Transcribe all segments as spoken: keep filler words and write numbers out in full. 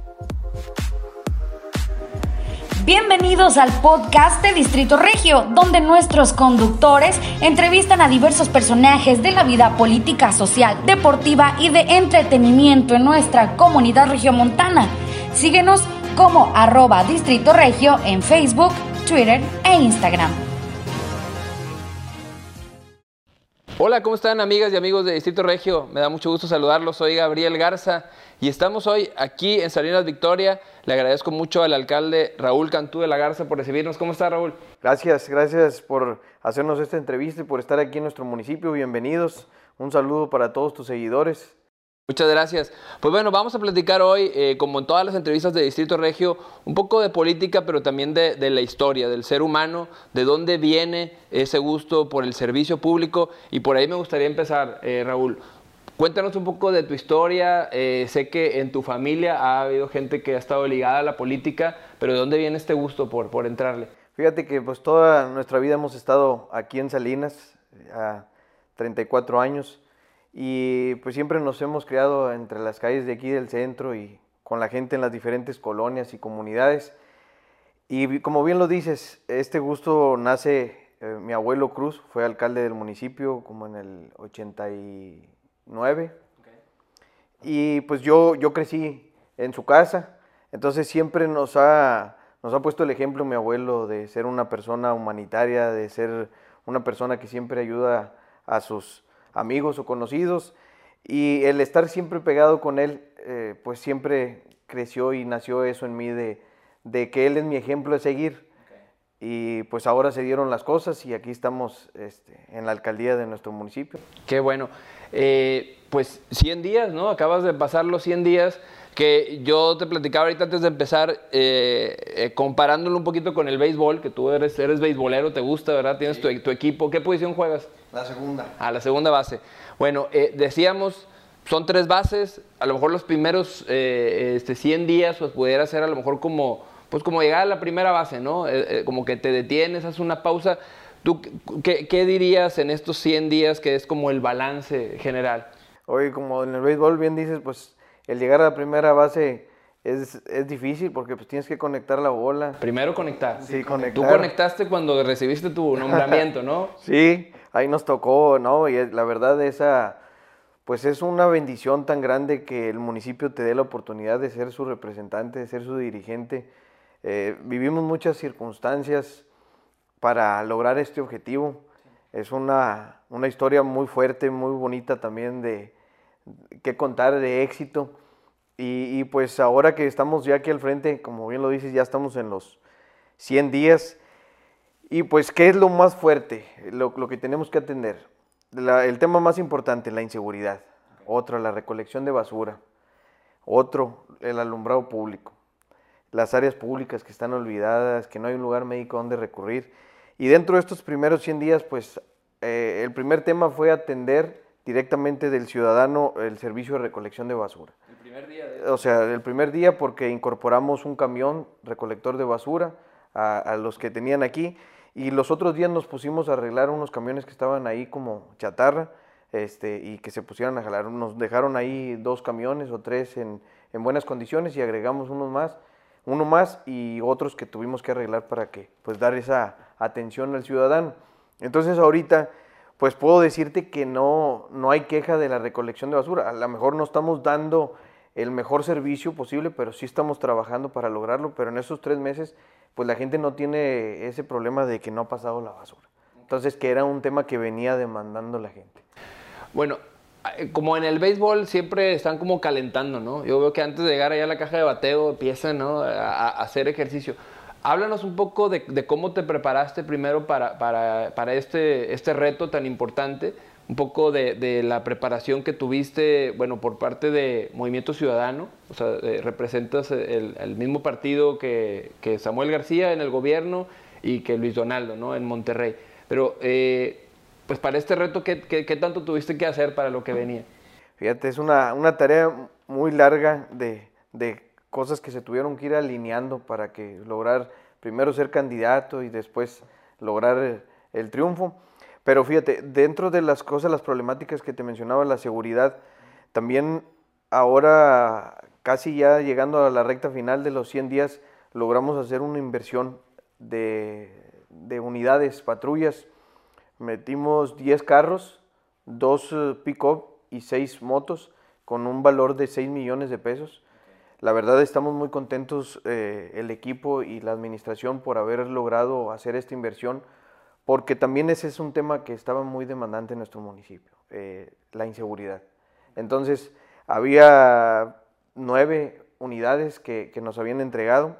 Bienvenidos al podcast de Distrito Regio, donde nuestros conductores entrevistan a diversos personajes de la vida política, social, deportiva y de entretenimiento en nuestra comunidad regiomontana. Síguenos como arroba Distrito Regio en Facebook, Twitter e Instagram. Hola, ¿cómo están, amigas y amigos de Distrito Regio? Me da mucho gusto saludarlos. Soy Gabriel Garza y estamos hoy aquí en Salinas Victoria. Le agradezco mucho al alcalde Raúl Cantú de la Garza por recibirnos. ¿Cómo está, Raúl? Gracias, gracias por hacernos esta entrevista y por estar aquí en nuestro municipio. Bienvenidos. Un saludo para todos tus seguidores. Muchas gracias. Pues bueno, vamos a platicar hoy, eh, como en todas las entrevistas de Distrito Regio, un poco de política, pero también de, de la historia, del ser humano, de dónde viene ese gusto por el servicio público. Y por ahí me gustaría empezar, eh, Raúl. Cuéntanos un poco de tu historia. Eh, sé que en tu familia ha habido gente que ha estado ligada a la política, pero ¿de dónde viene este gusto por, por entrarle? Fíjate que pues toda nuestra vida hemos estado aquí en Salinas, a treinta y cuatro años. Y pues siempre nos hemos criado entre las calles de aquí del centro y con la gente en las diferentes colonias y comunidades. Y como bien lo dices, este gusto nace, eh, mi abuelo Cruz fue alcalde del municipio como en el ochenta y nueve. Okay. Y pues yo, yo crecí en su casa, entonces siempre nos ha, nos ha puesto el ejemplo mi abuelo de ser una persona humanitaria, de ser una persona que siempre ayuda a sus amigos o conocidos, y el estar siempre pegado con él, eh, pues siempre creció y nació eso en mí de, de que él es mi ejemplo de seguir. Okay. Y pues ahora se dieron las cosas y aquí estamos este, en la alcaldía de nuestro municipio. Qué bueno. Eh, pues cien días, ¿no? Acabas de pasar los cien días, que yo te platicaba ahorita antes de empezar, eh, eh, comparándolo un poquito con el béisbol, que tú eres, eres beisbolero, te gusta, ¿verdad? Tienes sí. tu, tu equipo. ¿Qué posición juegas? La segunda. A la segunda base. Bueno, eh, decíamos, son tres bases, a lo mejor los primeros eh, este, cien días, pues pudiera ser a lo mejor como, pues como llegar a la primera base, ¿no? Eh, eh, como que te detienes, haces una pausa. ¿Tú qué, qué dirías en estos cien días que es como el balance general? Oye, como en el béisbol bien dices, pues el llegar a la primera base es, es difícil porque pues tienes que conectar la bola. Primero conectar. Sí, conectar. Tú conectaste cuando recibiste tu nombramiento, ¿no? Sí, ahí nos tocó, ¿no? Y la verdad esa, pues es una bendición tan grande que el municipio te dé la oportunidad de ser su representante, de ser su dirigente. Eh, vivimos muchas circunstancias para lograr este objetivo. Es una, una historia muy fuerte, muy bonita también de que contar, de éxito. Y, y pues ahora que estamos ya aquí al frente, como bien lo dices, ya estamos en los cien días. Y pues, ¿qué es lo más fuerte? Lo, lo que tenemos que atender. La, el tema más importante, la inseguridad. Otro, la recolección de basura. Otro, el alumbrado público. Las áreas públicas que están olvidadas, que no hay un lugar médico donde recurrir. Y dentro de estos primeros cien días, pues, eh, el primer tema fue atender directamente del ciudadano el servicio de recolección de basura. El primer día. De... O sea, el primer día porque incorporamos un camión recolector de basura a, a los que tenían aquí. Y los otros días nos pusimos a arreglar unos camiones que estaban ahí como chatarra, este, y que se pusieran a jalar. Nos dejaron ahí dos camiones o tres en, en buenas condiciones y agregamos unos más, uno más y otros que tuvimos que arreglar para que, pues, dar esa atención al ciudadano. Entonces ahorita, pues puedo decirte que no, no hay queja de la recolección de basura. A lo mejor no estamos dando el mejor servicio posible, pero sí estamos trabajando para lograrlo. Pero en esos tres meses, pues la gente no tiene ese problema de que no ha pasado la basura. Entonces, que era un tema que venía demandando la gente. Bueno, como en el béisbol siempre están como calentando, ¿no? Yo veo que antes de llegar allá a la caja de bateo empiezan, ¿no?, a, a hacer ejercicio. Háblanos un poco de, de cómo te preparaste primero para, para, para este, este reto tan importante, un poco de, de la preparación que tuviste, bueno, por parte de Movimiento Ciudadano, o sea, eh, representas el, el mismo partido que, que Samuel García en el gobierno y que Luis Donaldo, ¿no?, en Monterrey. Pero, eh, pues para este reto, ¿qué, qué, qué tanto tuviste que hacer para lo que venía? Fíjate, es una, una tarea muy larga de, de cosas que se tuvieron que ir alineando para que lograr primero ser candidato y después lograr el, el triunfo. Pero fíjate, dentro de las cosas, las problemáticas que te mencionaba, la seguridad, también ahora casi ya llegando a la recta final de los cien días, logramos hacer una inversión de, de unidades, patrullas. Metimos diez carros, dos uh, pick-up y seis motos con un valor de seis millones de pesos. La verdad estamos muy contentos eh, el equipo y la administración por haber logrado hacer esta inversión, porque también ese es un tema que estaba muy demandante en nuestro municipio, eh, la inseguridad. Entonces había nueve unidades que, que nos habían entregado,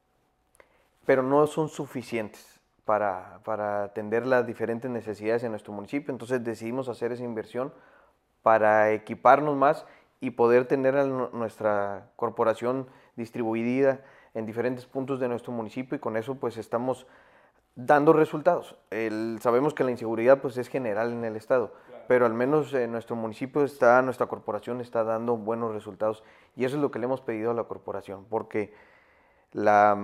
pero no son suficientes para, para atender las diferentes necesidades en nuestro municipio. Entonces decidimos hacer esa inversión para equiparnos más y poder tener a nuestra corporación distribuida en diferentes puntos de nuestro municipio, y con eso pues estamos dando resultados. El, sabemos que la inseguridad pues es general en el estado, claro, pero al menos en nuestro municipio está, nuestra corporación está dando buenos resultados, y eso es lo que le hemos pedido a la corporación, porque la,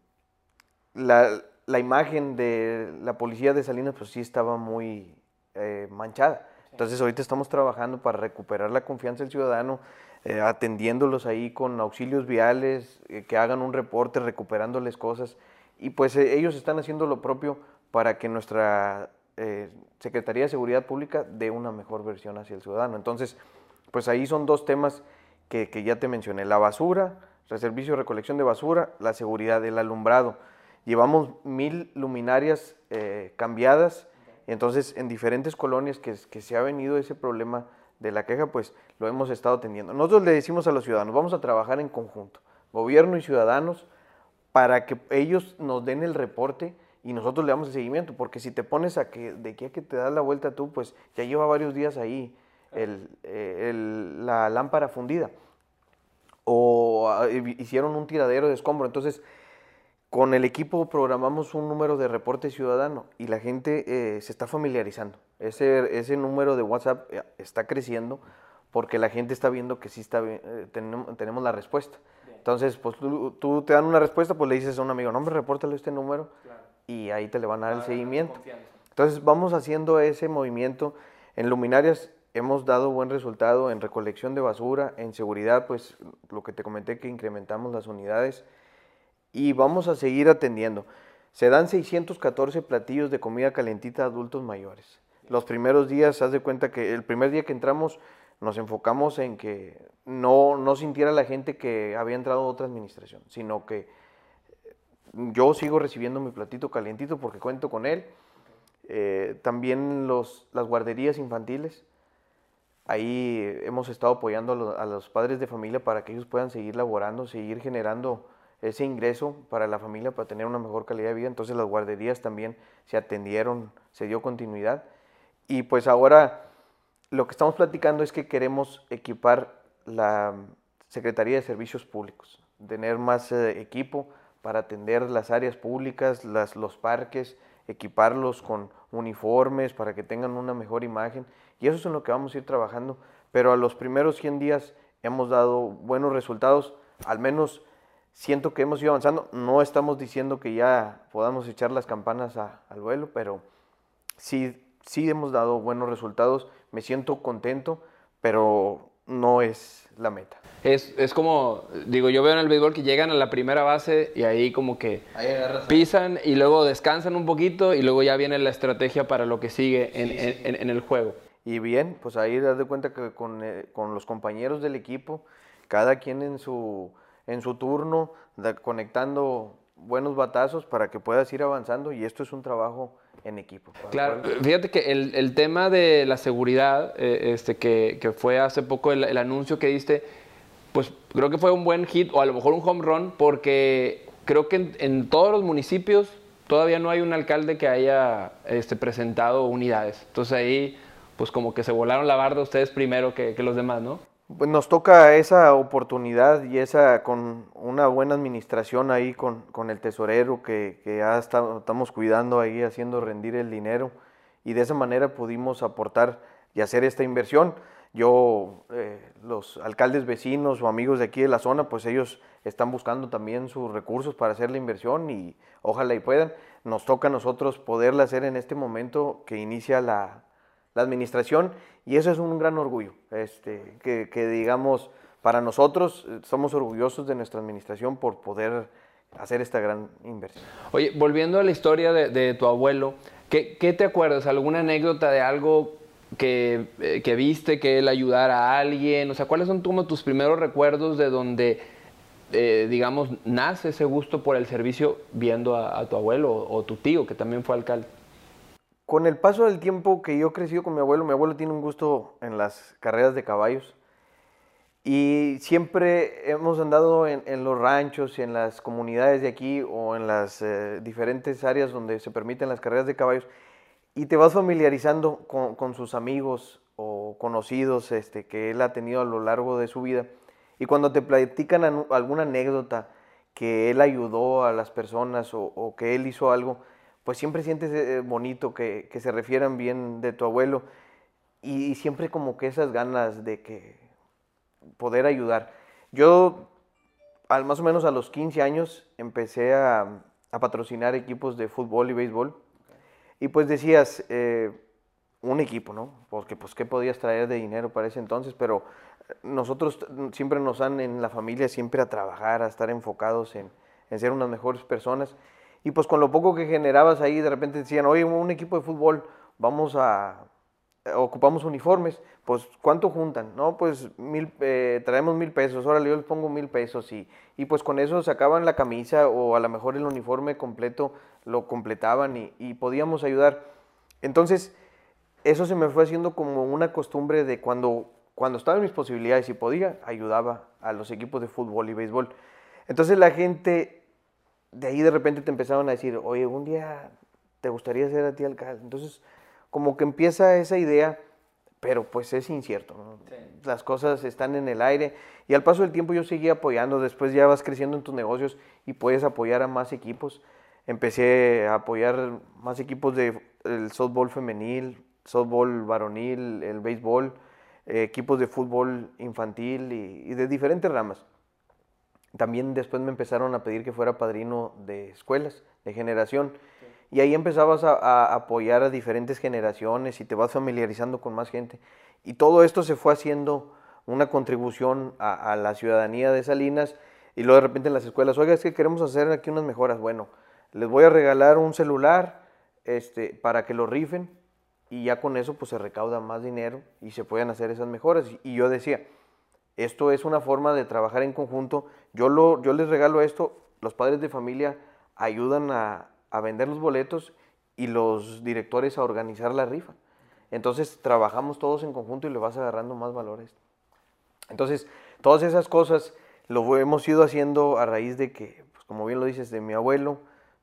la, la imagen de la policía de Salinas pues sí estaba muy eh, manchada. Entonces ahorita estamos trabajando para recuperar la confianza del ciudadano, eh, atendiéndolos ahí con auxilios viales, eh, que hagan un reporte, recuperándoles cosas, y pues eh, ellos están haciendo lo propio para que nuestra eh, Secretaría de Seguridad Pública dé una mejor versión hacia el ciudadano. Entonces, pues ahí son dos temas que, que ya te mencioné: la basura, el servicio de recolección de basura, la seguridad, el alumbrado. Llevamos mil luminarias eh, cambiadas. Entonces, en diferentes colonias que, que se ha venido ese problema de la queja, pues lo hemos estado atendiendo. Nosotros le decimos a los ciudadanos, vamos a trabajar en conjunto, gobierno y ciudadanos, para que ellos nos den el reporte y nosotros le damos el seguimiento, porque si te pones a que de aquí a que te das la vuelta tú, pues ya lleva varios días ahí el, el, la lámpara fundida, o hicieron un tiradero de escombro. Entonces, con el equipo programamos un número de reporte ciudadano y la gente eh, se está familiarizando. Ese, ese número de WhatsApp está creciendo porque la gente está viendo que sí está, eh, tenemos, tenemos la respuesta. Bien. Entonces, pues tú, tú te dan una respuesta, pues le dices a un amigo, no, hombre, repórtale este número, claro, y ahí te le van a dar el seguimiento. Entonces, vamos haciendo ese movimiento. En luminarias hemos dado buen resultado, en recolección de basura, en seguridad, pues lo que te comenté, que incrementamos las unidades. Y vamos a seguir atendiendo. Se dan seiscientos catorce platillos de comida calentita a adultos mayores. Los primeros días, haz de cuenta que el primer día que entramos nos enfocamos en que no, no sintiera la gente que había entrado otra administración, sino que yo sigo recibiendo mi platito calientito porque cuento con él. Eh, también los, las guarderías infantiles, ahí hemos estado apoyando a los, a los padres de familia para que ellos puedan seguir laborando, seguir generando ese ingreso para la familia, para tener una mejor calidad de vida. Entonces las guarderías también se atendieron, se dio continuidad. Y pues ahora lo que estamos platicando es que queremos equipar la Secretaría de Servicios Públicos, tener más eh, equipo para atender las áreas públicas, las, los parques, equiparlos con uniformes para que tengan una mejor imagen. Y eso es en lo que vamos a ir trabajando. Pero a los primeros cien días hemos dado buenos resultados, al menos siento que hemos ido avanzando. No estamos diciendo que ya podamos echar las campanas a, al vuelo, pero sí, sí hemos dado buenos resultados. Me siento contento, pero no es la meta. Es, es como, digo, yo veo en el béisbol que llegan a la primera base y ahí como que pisan y luego descansan un poquito y luego ya viene la estrategia para lo que sigue en, sí, sí. en, en el juego. Y bien, pues ahí das de cuenta que con, eh, con los compañeros del equipo, cada quien en su... en su turno, da, conectando buenos batazos para que puedas ir avanzando, y esto es un trabajo en equipo. Claro, fíjate que el, el tema de la seguridad, eh, este, que, que fue hace poco el, el anuncio que diste, pues creo que fue un buen hit, o a lo mejor un home run, porque creo que en, en todos los municipios todavía no hay un alcalde que haya este, presentado unidades. Entonces ahí, pues como que se volaron la barda ustedes primero que, que los demás, ¿no? Pues nos toca esa oportunidad y esa con una buena administración ahí con, con el tesorero que, que ya está, estamos cuidando ahí, haciendo rendir el dinero, y de esa manera pudimos aportar y hacer esta inversión. Yo, eh, los alcaldes vecinos o amigos de aquí de la zona, pues ellos están buscando también sus recursos para hacer la inversión y ojalá y puedan. Nos toca a nosotros poderla hacer en este momento que inicia la, la administración, y eso es un gran orgullo, este, que, que digamos, para nosotros eh, somos orgullosos de nuestra administración por poder hacer esta gran inversión. Oye, volviendo a la historia de, de tu abuelo, ¿qué, ¿qué te acuerdas? ¿Alguna anécdota de algo que, eh, que viste, que él ayudara a alguien? O sea, ¿cuáles son como tus primeros recuerdos de donde, eh, digamos, nace ese gusto por el servicio viendo a, a tu abuelo o, o tu tío, que también fue alcalde? Con el paso del tiempo que yo he crecido con mi abuelo, mi abuelo tiene un gusto en las carreras de caballos. Y siempre hemos andado en, en los ranchos y en las comunidades de aquí o en las eh, diferentes áreas donde se permiten las carreras de caballos y te vas familiarizando con, con sus amigos o conocidos este, que él ha tenido a lo largo de su vida. Y cuando te platican an, alguna anécdota que él ayudó a las personas o, o que él hizo algo, pues siempre sientes eh, bonito que, que se refieran bien de tu abuelo y, y siempre como que esas ganas de que poder ayudar. Yo, al más o menos a los quince años, empecé a, a patrocinar equipos de fútbol y béisbol. Y pues decías, eh, un equipo, ¿no? Porque pues qué podías traer de dinero para ese entonces, pero nosotros siempre nos han en la familia siempre a trabajar, a estar enfocados en, en ser unas mejores personas. Y pues con lo poco que generabas ahí, de repente decían, oye, un equipo de fútbol, vamos a... ocupamos uniformes, pues ¿cuánto juntan? No, pues mil, eh, traemos mil pesos, órale, yo les pongo mil pesos y, y pues con eso sacaban la camisa o a lo mejor el uniforme completo lo completaban y, y podíamos ayudar. Entonces, eso se me fue haciendo como una costumbre de cuando, cuando estaba en mis posibilidades y podía, ayudaba a los equipos de fútbol y béisbol. Entonces la gente, de ahí de repente te empezaban a decir, oye, un día te gustaría ser a ti alcalde. Entonces, como que empieza esa idea, pero pues es incierto, ¿no? Sí. Las cosas están en el aire y al paso del tiempo yo seguí apoyando, después ya vas creciendo en tus negocios y puedes apoyar a más equipos. Empecé a apoyar más equipos de el softball femenil, softball varonil, el béisbol, eh, equipos de fútbol infantil y, y de diferentes ramas. También después me empezaron a pedir que fuera padrino de escuelas, de generación. Y ahí empezabas a, a apoyar a diferentes generaciones y te vas familiarizando con más gente. Y todo esto se fue haciendo una contribución a, a la ciudadanía de Salinas. Y luego de repente en las escuelas, oiga, es que queremos hacer aquí unas mejoras. Bueno, les voy a regalar un celular este, para que lo rifen. Y ya con eso pues se recauda más dinero y se pueden hacer esas mejoras. Y, y yo decía, esto es una forma de trabajar en conjunto. Yo, lo, yo les regalo esto, los padres de familia ayudan a... a vender los boletos y los directores a organizar la rifa. Entonces trabajamos todos en conjunto y le vas agarrando más valores. Entonces todas esas cosas lo hemos ido haciendo a raíz de que, pues, como bien lo dices, de mi abuelo,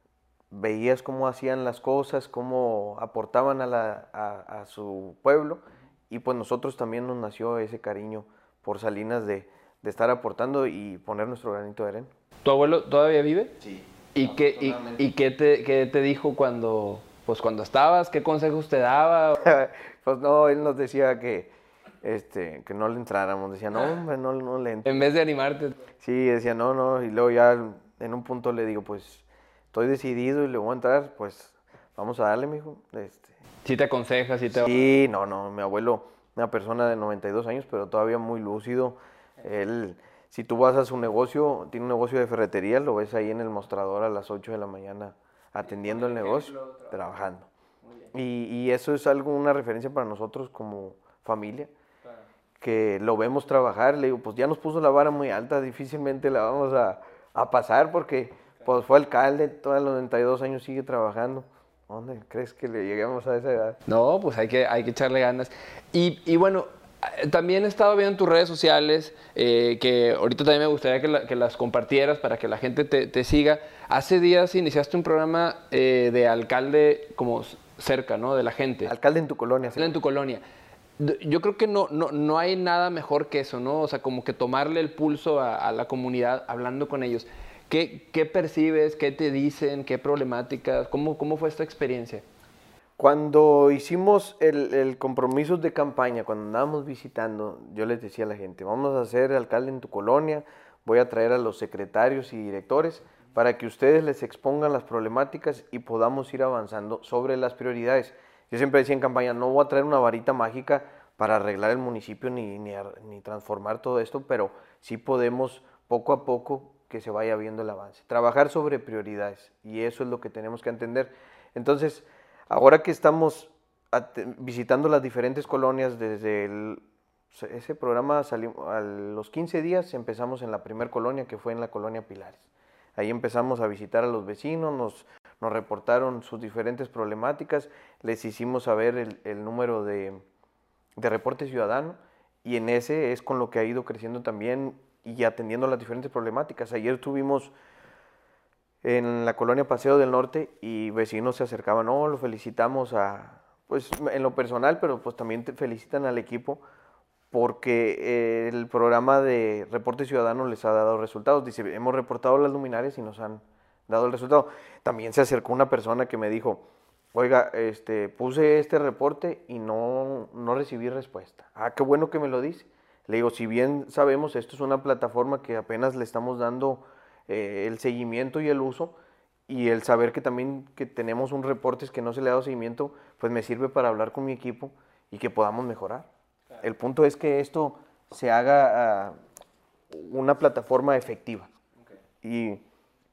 veías cómo hacían las cosas, cómo aportaban a, la, a, a su pueblo y pues nosotros también nos nació ese cariño por Salinas de, de estar aportando y poner nuestro granito de arena. ¿Tu abuelo todavía vive? Sí. ¿Y, qué, y, y qué, te, qué te dijo cuando, pues cuando estabas? ¿Qué consejos te daba? Pues no, él nos decía que, este, que no le entráramos. Decía, no, hombre, no, no le entres. En vez de animarte. Sí, decía, no, no. Y luego ya en un punto le digo, pues estoy decidido y le voy a entrar, pues vamos a darle, mijo. Este. ¿Sí te aconsejas? ¿Sí te... Sí, no, no. Mi abuelo, una persona de noventa y dos años, pero todavía muy lúcido. Él... Si tú vas a su negocio, tiene un negocio de ferretería, lo ves ahí en el mostrador a las ocho de la mañana atendiendo el negocio, trabajando. Y, y eso es algo, una referencia para nosotros como familia, claro, que lo vemos trabajar. Le digo, pues ya nos puso la vara muy alta, difícilmente la vamos a, a pasar porque pues fue alcalde, todos los noventa y dos años sigue trabajando. ¿Dónde crees que le lleguemos a esa edad? No, pues hay que, hay que echarle ganas. Y, y bueno... También he estado viendo en tus redes sociales, eh, que ahorita también me gustaría que, la, que las compartieras para que la gente te, te siga. Hace días iniciaste un programa eh, de alcalde como cerca, ¿no? De la gente. Alcalde en tu colonia. Alcalde en tu colonia. Yo creo que no, no, no hay nada mejor que eso, ¿no? O sea, como que tomarle el pulso a, a la comunidad hablando con ellos. ¿Qué, qué percibes? ¿Qué te dicen? ¿Qué problemáticas? ¿Cómo, cómo fue esta experiencia? Cuando hicimos el, el compromiso de campaña, cuando andábamos visitando, yo les decía a la gente, vamos a ser alcalde en tu colonia, voy a traer a los secretarios y directores para que ustedes les expongan las problemáticas y podamos ir avanzando sobre las prioridades. Yo siempre decía en campaña, no voy a traer una varita mágica para arreglar el municipio ni, ni, ni transformar todo esto, pero sí podemos poco a poco que se vaya viendo el avance. Trabajar sobre prioridades, y eso es lo que tenemos que entender. Entonces, ahora que estamos visitando las diferentes colonias, desde el, ese programa salió, a los quince días empezamos en la primera colonia, que fue en la colonia Pilares. Ahí empezamos a visitar a los vecinos, nos, nos reportaron sus diferentes problemáticas, les hicimos saber el, el número de, de reporte ciudadano, y en ese es con lo que ha ido creciendo también y atendiendo las diferentes problemáticas. Ayer estuvimos en la colonia Paseo del Norte y vecinos se acercaban, no, lo felicitamos a, pues en lo personal, pero pues también te felicitan al equipo porque eh, el programa de reporte ciudadano les ha dado resultados. Dice, hemos reportado las luminarias y nos han dado el resultado. También se acercó una persona que me dijo, oiga, este, puse este reporte y no, no recibí respuesta. Ah, qué bueno que me lo dice. Le digo, si bien sabemos, esto es una plataforma que apenas le estamos dando eh, el seguimiento y el uso, y el saber que también que tenemos un reporte que no se le ha dado seguimiento, pues me sirve para hablar con mi equipo y que podamos mejorar. Claro. El punto es que esto se haga uh, una plataforma efectiva. Okay. Y,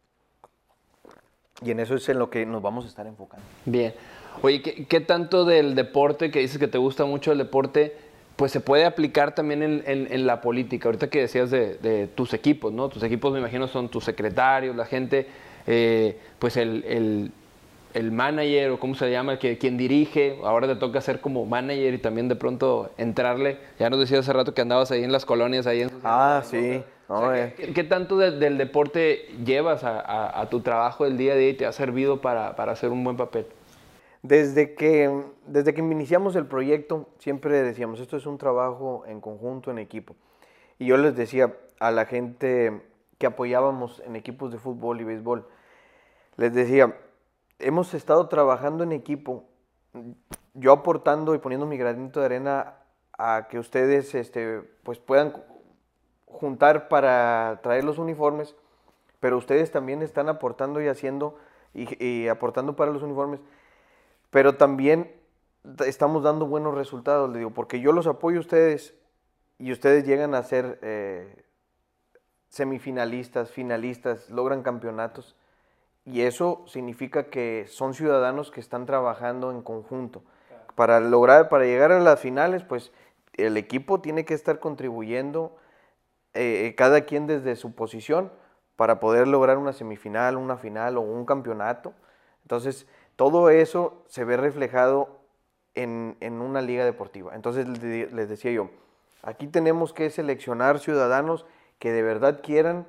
y en eso es en lo que nos vamos a estar enfocando. Bien. Oye, ¿qué, qué tanto del deporte, que dices que te gusta mucho el deporte, pues se puede aplicar también en, en, en la política? Ahorita que decías de, de tus equipos, ¿no? Tus equipos, me imagino, son tus secretarios, la gente, eh, pues el, el, el manager, o cómo se llama, el que, quien dirige. Ahora te toca ser como manager y también de pronto entrarle. Ya nos decías hace rato que andabas ahí en las colonias. Ahí en ah, sí. O sea, no, ¿qué, ¿Qué tanto de, del deporte llevas a, a, a tu trabajo del día a día y te ha servido para, para hacer un buen papel? Desde que, desde que iniciamos el proyecto, siempre decíamos, esto es un trabajo en conjunto, en equipo. Y yo les decía a la gente que apoyábamos en equipos de fútbol y béisbol, les decía, hemos estado trabajando en equipo, yo aportando y poniendo mi granito de arena a que ustedes este, pues puedan juntar para traer los uniformes, pero ustedes también están aportando y haciendo y, y aportando para los uniformes. Pero también estamos dando buenos resultados, le digo, porque yo los apoyo a ustedes y ustedes llegan a ser eh, semifinalistas, finalistas, logran campeonatos, y eso significa que son ciudadanos que están trabajando en conjunto. Claro. Para lograr, para llegar a las finales, pues el equipo tiene que estar contribuyendo, eh, cada quien desde su posición, para poder lograr una semifinal, una final o un campeonato. Entonces, todo eso se ve reflejado en, en una liga deportiva. Entonces les decía yo, aquí tenemos que seleccionar ciudadanos que de verdad quieran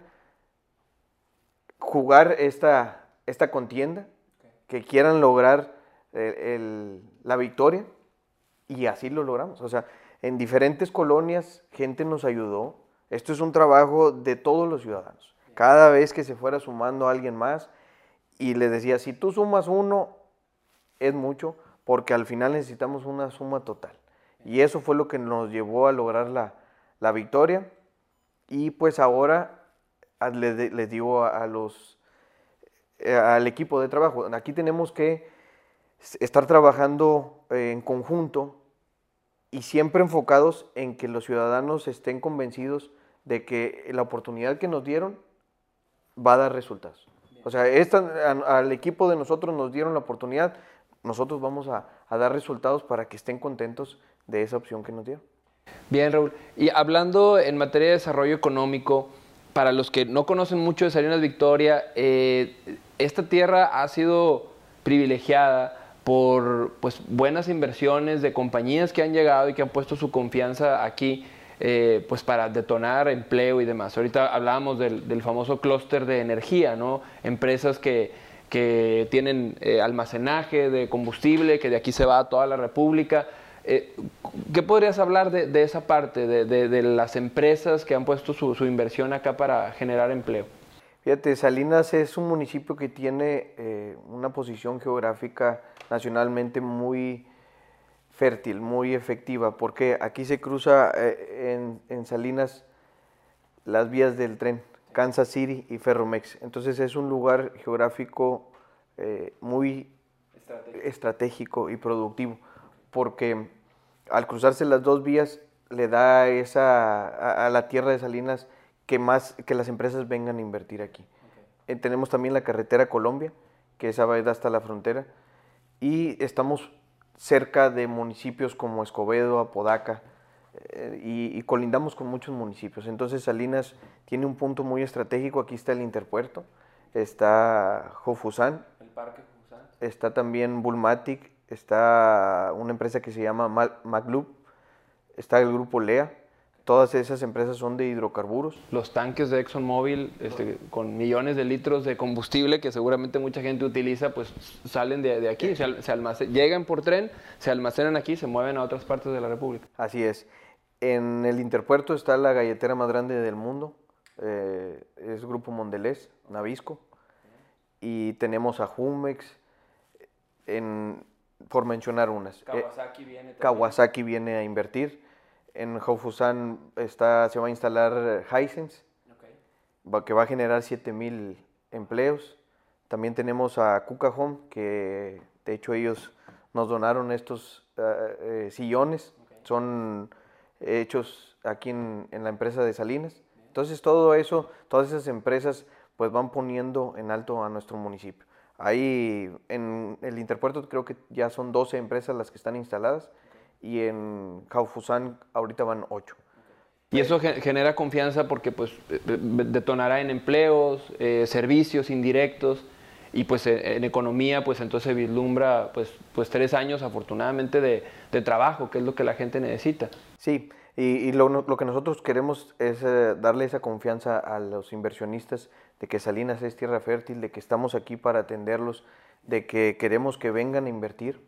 jugar esta, esta contienda, okay, que quieran lograr el, el, la victoria, y así lo logramos. O sea, en diferentes colonias gente nos ayudó. Esto es un trabajo de todos los ciudadanos. Cada vez que se fuera sumando a alguien más, y les decía, si tú sumas uno, es mucho, porque al final necesitamos una suma total. Y eso fue lo que nos llevó a lograr la, la victoria. Y pues ahora les, les digo a, a los, al equipo de trabajo, aquí tenemos que estar trabajando en conjunto y siempre enfocados en que los ciudadanos estén convencidos de que la oportunidad que nos dieron va a dar resultados. O sea, esta, a, al equipo de nosotros nos dieron la oportunidad, nosotros vamos a, a dar resultados para que estén contentos de esa opción que nos dieron. Bien, Raúl. Y hablando en materia de desarrollo económico, para los que no conocen mucho de Salinas Victoria, eh, esta tierra ha sido privilegiada por pues, buenas inversiones de compañías que han llegado y que han puesto su confianza aquí, eh, pues para detonar empleo y demás. Ahorita hablábamos del, del famoso clúster de energía, ¿no? Empresas que que tienen eh, almacenaje de combustible, que de aquí se va a toda la República. Eh, ¿Qué podrías hablar de, de esa parte, de, de, de las empresas que han puesto su, su inversión acá para generar empleo? Fíjate, Salinas es un municipio que tiene eh, una posición geográfica nacionalmente muy fértil, muy efectiva, porque aquí se cruza eh, en, en Salinas las vías del tren, Kansas City y Ferromex. Entonces es un lugar geográfico eh, muy estratégico. estratégico y productivo, porque Al cruzarse las dos vías, le da esa, a, a la tierra de Salinas que, más, que las empresas vengan a invertir aquí. Okay. Eh, tenemos también la carretera Colombia, que esa va a ir hasta la frontera, y estamos cerca de municipios como Escobedo, Apodaca, eh, y, y colindamos con muchos municipios. Entonces Salinas tiene un punto muy estratégico. Aquí está el Interpuerto, está Jofusán, el Parque Jofusán, está también Bulmatic, está una empresa que se llama Magloop, está el grupo Lea. Todas esas empresas son de hidrocarburos. Los tanques de ExxonMobil, este, con millones de litros de combustible que seguramente mucha gente utiliza, pues salen de, de aquí, se, se almacen, llegan por tren, se almacenan aquí, se mueven a otras partes de la República. Así es. En el Interpuerto está la galletera más grande del mundo, eh, es Grupo Mondelez, Nabisco, y tenemos a Jumex, en, por mencionar unas. Kawasaki viene también. Kawasaki viene a invertir. En Jofusán está, se va a instalar Hisense, okay, que va a generar siete mil empleos. También tenemos a Kuka Home, que de hecho ellos nos donaron estos uh, eh, sillones. Okay. Son hechos aquí en, en la empresa de Salinas. Entonces todo eso, todas esas empresas pues van poniendo en alto a nuestro municipio. Ahí en el Interpuerto creo que ya son doce empresas las que están instaladas. Y en Jofusán ahorita van ocho. Y eso genera confianza porque pues detonará en empleos, eh, servicios indirectos, y pues en, en economía pues entonces vislumbra pues, pues tres años afortunadamente de, de trabajo, que es lo que la gente necesita. Sí, y, y lo, lo que nosotros queremos es eh, darle esa confianza a los inversionistas de que Salinas es tierra fértil, de que estamos aquí para atenderlos, de que queremos que vengan a invertir.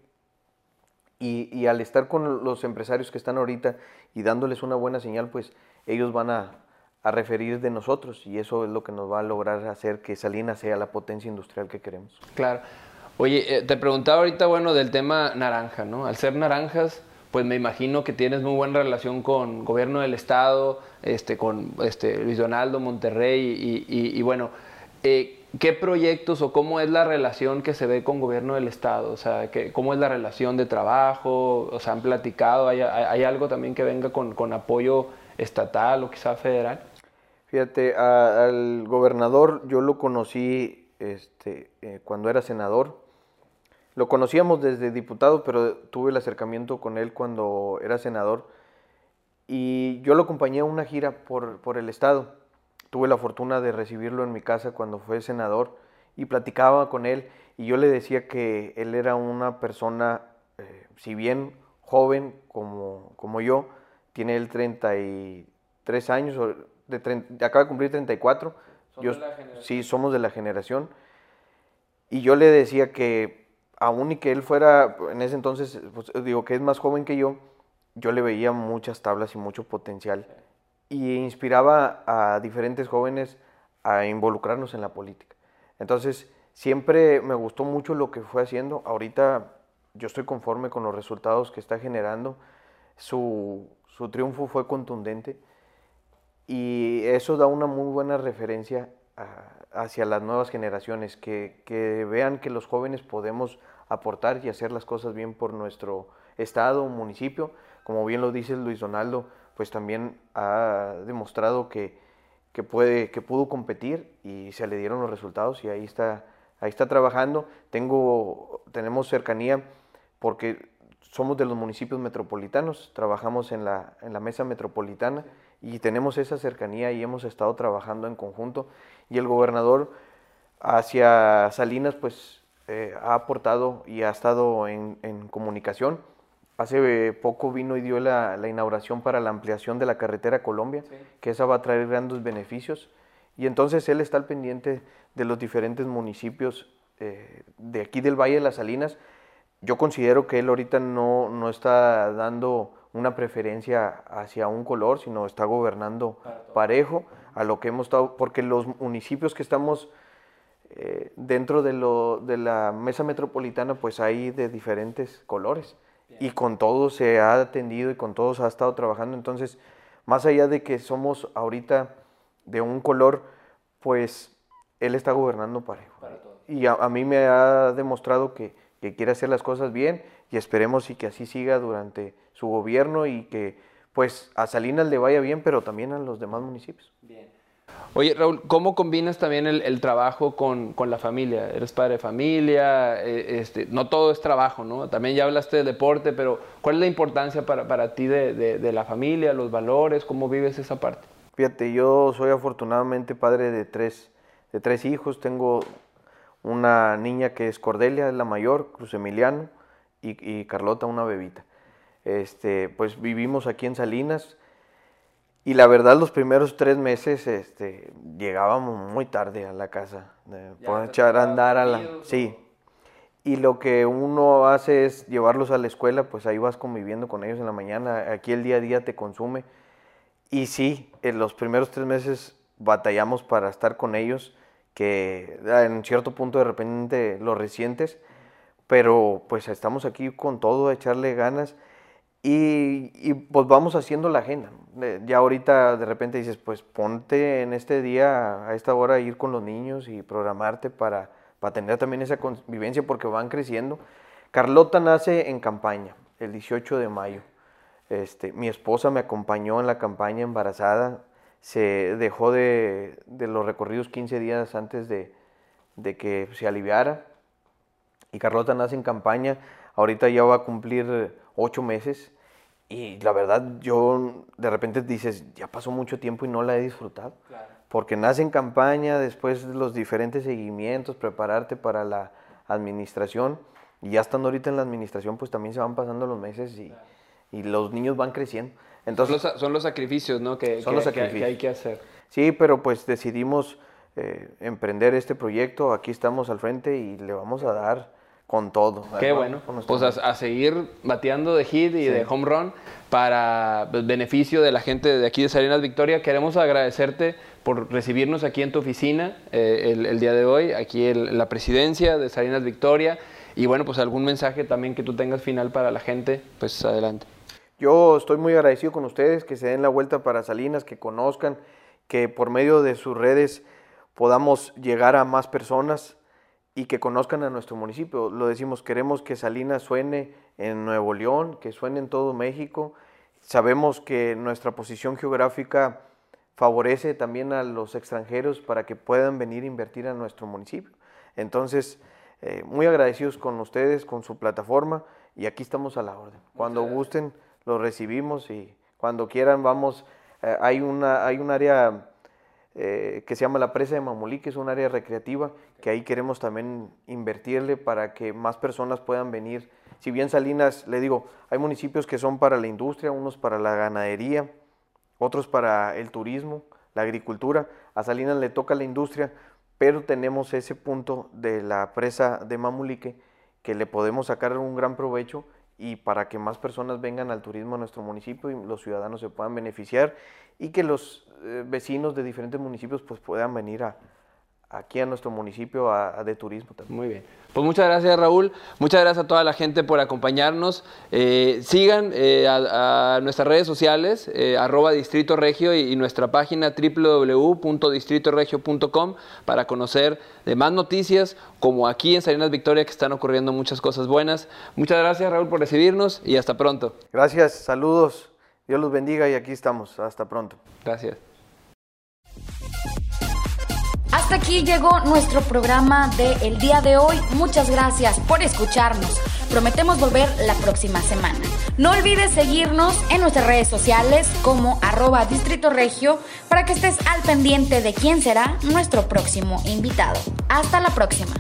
Y, y al estar con los empresarios que están ahorita y dándoles una buena señal, pues ellos van a, a referir de nosotros, y eso es lo que nos va a lograr hacer que Salinas sea la potencia industrial que queremos. Claro. Oye, eh, te preguntaba ahorita, bueno, del tema naranja, ¿no? Al ser naranjas, pues me imagino que tienes muy buena relación con gobierno del estado, este, con este, Luis Donaldo, Monterrey, y, y, y bueno, eh, ¿qué proyectos o cómo es la relación que se ve con gobierno del estado? O sea, que, ¿cómo es la relación de trabajo? O sea, ¿han platicado? ¿Hay, hay, hay algo también que venga con, con apoyo estatal o quizá federal? Fíjate, a, al gobernador yo lo conocí este, eh, cuando era senador. Lo conocíamos desde diputado, pero tuve el acercamiento con él cuando era senador. Y yo lo acompañé a una gira por, por el estado. Tuve la fortuna de recibirlo en mi casa cuando fue senador y platicaba con él, y yo le decía que él era una persona, eh, si bien joven como, como yo, tiene él treinta y tres años, de treinta, acaba de cumplir treinta y cuatro. ¿Son yo, de la generación? Sí, somos de la generación. Y yo le decía que aún y que él fuera, en ese entonces, pues, digo que es más joven que yo, yo le veía muchas tablas y mucho potencial. Sí. Y inspiraba a diferentes jóvenes a involucrarnos en la política. Entonces, siempre me gustó mucho lo que fue haciendo. Ahorita yo estoy conforme con los resultados que está generando. Su, su triunfo fue contundente, y eso da una muy buena referencia a, hacia las nuevas generaciones, que, que vean que los jóvenes podemos aportar y hacer las cosas bien por nuestro estado, municipio. Como bien lo dice Luis Donaldo, pues también ha demostrado que, que, puede, que pudo competir y se le dieron los resultados, y ahí está, ahí está trabajando. Tengo, tenemos cercanía porque somos de los municipios metropolitanos, trabajamos en la, en la mesa metropolitana y tenemos esa cercanía y hemos estado trabajando en conjunto. Y el gobernador hacia Salinas pues eh, ha aportado y ha estado en, en comunicación. Hace poco vino y dio la, la inauguración para la ampliación de la carretera Colombia, sí, que esa va a traer grandes beneficios. Y entonces él está al pendiente de los diferentes municipios eh, de aquí del Valle de las Salinas. Yo considero que él ahorita no, no está dando una preferencia hacia un color, sino está gobernando parejo a lo que hemos estado, porque los municipios que estamos eh, dentro de, lo, de la mesa metropolitana, pues hay de diferentes colores. Y con todos se ha atendido y con todos ha estado trabajando. Entonces, más allá de que somos ahorita de un color, pues él está gobernando parejo. Y a, a mí me ha demostrado que, que quiere hacer las cosas bien y esperemos y que así siga durante su gobierno y que pues a Salinas le vaya bien, pero también a los demás municipios. Bien. Oye, Raúl, ¿cómo combinas también el, el trabajo con, con la familia? Eres padre de familia, eh, este, no todo es trabajo, ¿no? También ya hablaste de deporte, pero ¿cuál es la importancia para, para ti de, de, de la familia, los valores? ¿Cómo vives esa parte? Fíjate, yo soy afortunadamente padre de tres, de tres hijos. Tengo una niña que es Cordelia, es la mayor, Cruz Emiliano, y, y Carlota, una bebita. Este, pues vivimos aquí en Salinas. Y la verdad, los primeros tres meses este, llegábamos muy tarde a la casa, eh, por echar a andar a la... Sí, y lo que uno hace es llevarlos a la escuela, pues ahí vas conviviendo con ellos en la mañana, aquí el día a día te consume. Y sí, en los primeros tres meses batallamos para estar con ellos, que en cierto punto de repente lo resientes, pero pues estamos aquí con todo, a echarle ganas. Y, y pues vamos haciendo la agenda. Ya ahorita de repente dices, pues ponte en este día, a esta hora, ir con los niños y programarte para, para tener también esa convivencia porque van creciendo. Carlota nace en campaña, el dieciocho de mayo. Este, mi esposa me acompañó en la campaña embarazada, se dejó de, de los recorridos quince días antes de, de que se aliviara. Y Carlota nace en campaña, ahorita ya va a cumplir ocho meses y la verdad yo de repente dices, ya pasó mucho tiempo y no la he disfrutado. Claro. Porque nace en campaña, después los diferentes seguimientos, prepararte para la administración y ya estando ahorita en la administración pues también se van pasando los meses y, claro. y los niños van creciendo. Entonces, son, los, son los sacrificios, ¿no? que, son que, los sacrificios. Que, que hay que hacer. Sí, pero pues decidimos eh, emprender este proyecto, aquí estamos al frente y le vamos a dar con todo. Qué bueno, pues a, a seguir bateando de hit y sí. de home run para el beneficio de la gente de aquí de Salinas Victoria. Queremos agradecerte por recibirnos aquí en tu oficina eh, el, el día de hoy, aquí en la presidencia de Salinas Victoria. Y bueno, pues algún mensaje también que tú tengas final para la gente, pues adelante. Yo estoy muy agradecido con ustedes, que se den la vuelta para Salinas, que conozcan, que por medio de sus redes podamos llegar a más personas y que conozcan a nuestro municipio. Lo decimos, queremos que Salinas suene en Nuevo León, que suene en todo México. Sabemos que nuestra posición geográfica favorece también a los extranjeros para que puedan venir a invertir a nuestro municipio. Entonces, eh, muy agradecidos con ustedes, con su plataforma, y aquí estamos a la orden. Cuando gusten, los recibimos y cuando quieran vamos. Eh, hay, una, hay un área Eh, que se llama la Presa de Mamulí, que es un área recreativa, que ahí queremos también invertirle para que más personas puedan venir. Si bien Salinas, le digo, hay municipios que son para la industria, unos para la ganadería, otros para el turismo, la agricultura. A Salinas le toca la industria, pero tenemos ese punto de la Presa de Mamulique que le podemos sacar un gran provecho y para que más personas vengan al turismo a nuestro municipio y los ciudadanos se puedan beneficiar y que los eh, vecinos de diferentes municipios pues puedan venir a, aquí a nuestro municipio a, a de turismo también. Muy bien. Pues muchas gracias, Raúl. Muchas gracias a toda la gente por acompañarnos. Eh, sigan eh, a, a nuestras redes sociales, eh, arroba Distrito Regio y, y nuestra página doble u doble u doble u punto distrito regio punto com para conocer de más noticias como aquí en Salinas Victoria, que están ocurriendo muchas cosas buenas. Muchas gracias, Raúl, por recibirnos y hasta pronto. Gracias, saludos. Dios los bendiga y aquí estamos. Hasta pronto. Gracias. Hasta aquí llegó nuestro programa del día de hoy. Muchas gracias por escucharnos. Prometemos volver la próxima semana. No olvides seguirnos en nuestras redes sociales como arroba Distrito Regio para que estés al pendiente de quién será nuestro próximo invitado. Hasta la próxima.